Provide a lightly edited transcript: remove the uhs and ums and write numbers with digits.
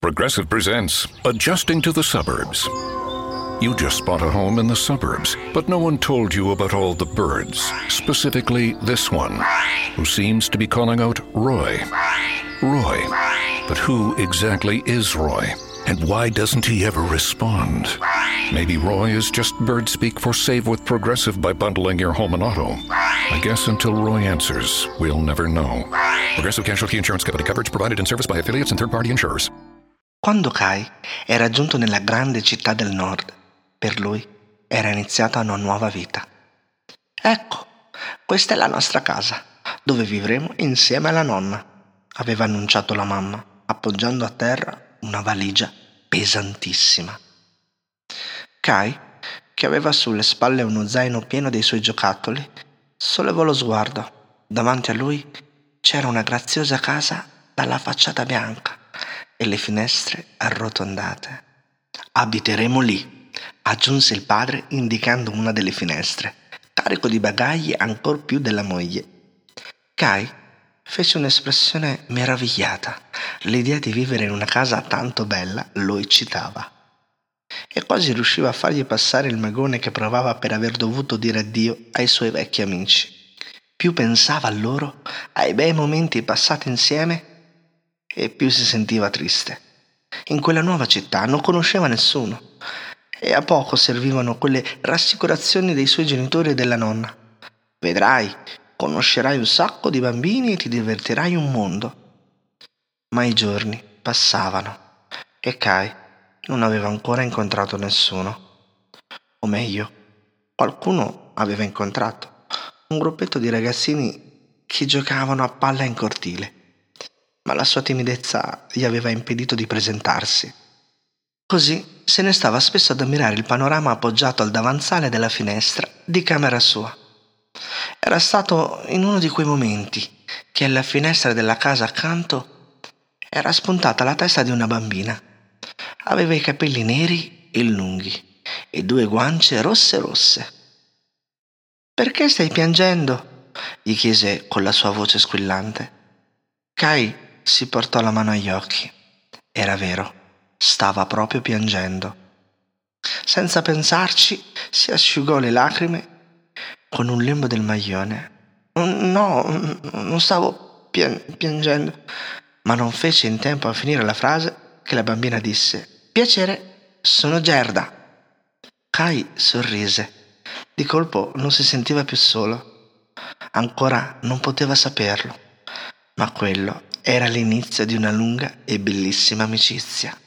Progressive presents Adjusting to the Suburbs. You just bought a home in the suburbs, but no one told you about all the birds, specifically this one, who seems to be calling out Roy. Roy. But who exactly is Roy? And why doesn't he ever respond? Maybe Roy is just bird speak for save with Progressive by bundling your home and auto. I guess until Roy answers, we'll never know. Progressive Casualty Insurance Company, coverage provided in service by affiliates and third-party insurers. Quando Kai era giunto nella grande città del nord, per lui era iniziata una nuova vita. Ecco, questa è la nostra casa, dove vivremo insieme alla nonna, aveva annunciato la mamma, appoggiando a terra una valigia pesantissima. Kai, che aveva sulle spalle uno zaino pieno dei suoi giocattoli, sollevò lo sguardo. Davanti a lui c'era una graziosa casa dalla facciata bianca e le finestre arrotondate. Abiteremo lì, aggiunse il padre indicando una delle finestre, carico di bagagli ancor più della moglie. Kai fece un'espressione meravigliata. L'idea di vivere in una casa tanto bella lo eccitava e quasi riusciva a fargli passare il magone che provava per aver dovuto dire addio ai suoi vecchi amici. Più pensava a loro, ai bei momenti passati insieme, e più si sentiva triste. In quella nuova città non conosceva nessuno e a poco servivano quelle rassicurazioni dei suoi genitori e della nonna. Vedrai, conoscerai un sacco di bambini e ti divertirai un mondo. Ma i giorni passavano e Kai non aveva ancora incontrato nessuno. O meglio, qualcuno aveva incontrato un gruppetto di ragazzini che giocavano a palla in cortile, ma la sua timidezza gli aveva impedito di presentarsi. Così se ne stava spesso ad ammirare il panorama appoggiato al davanzale della finestra di camera sua. Era stato in uno di quei momenti che alla finestra della casa accanto era spuntata la testa di una bambina. Aveva i capelli neri e lunghi e due guance rosse. «Perché stai piangendo?» gli chiese con la sua voce squillante. Kai si portò la mano agli occhi. Era vero, stava proprio piangendo. Senza pensarci, si asciugò le lacrime con un lembo del maglione. «No, non stavo piangendo», ma non fece in tempo a finire la frase che la bambina disse: «Piacere, sono Gerda». Kai sorrise. Di colpo non si sentiva più solo. Ancora non poteva saperlo, ma quello era l'inizio di una lunga e bellissima amicizia.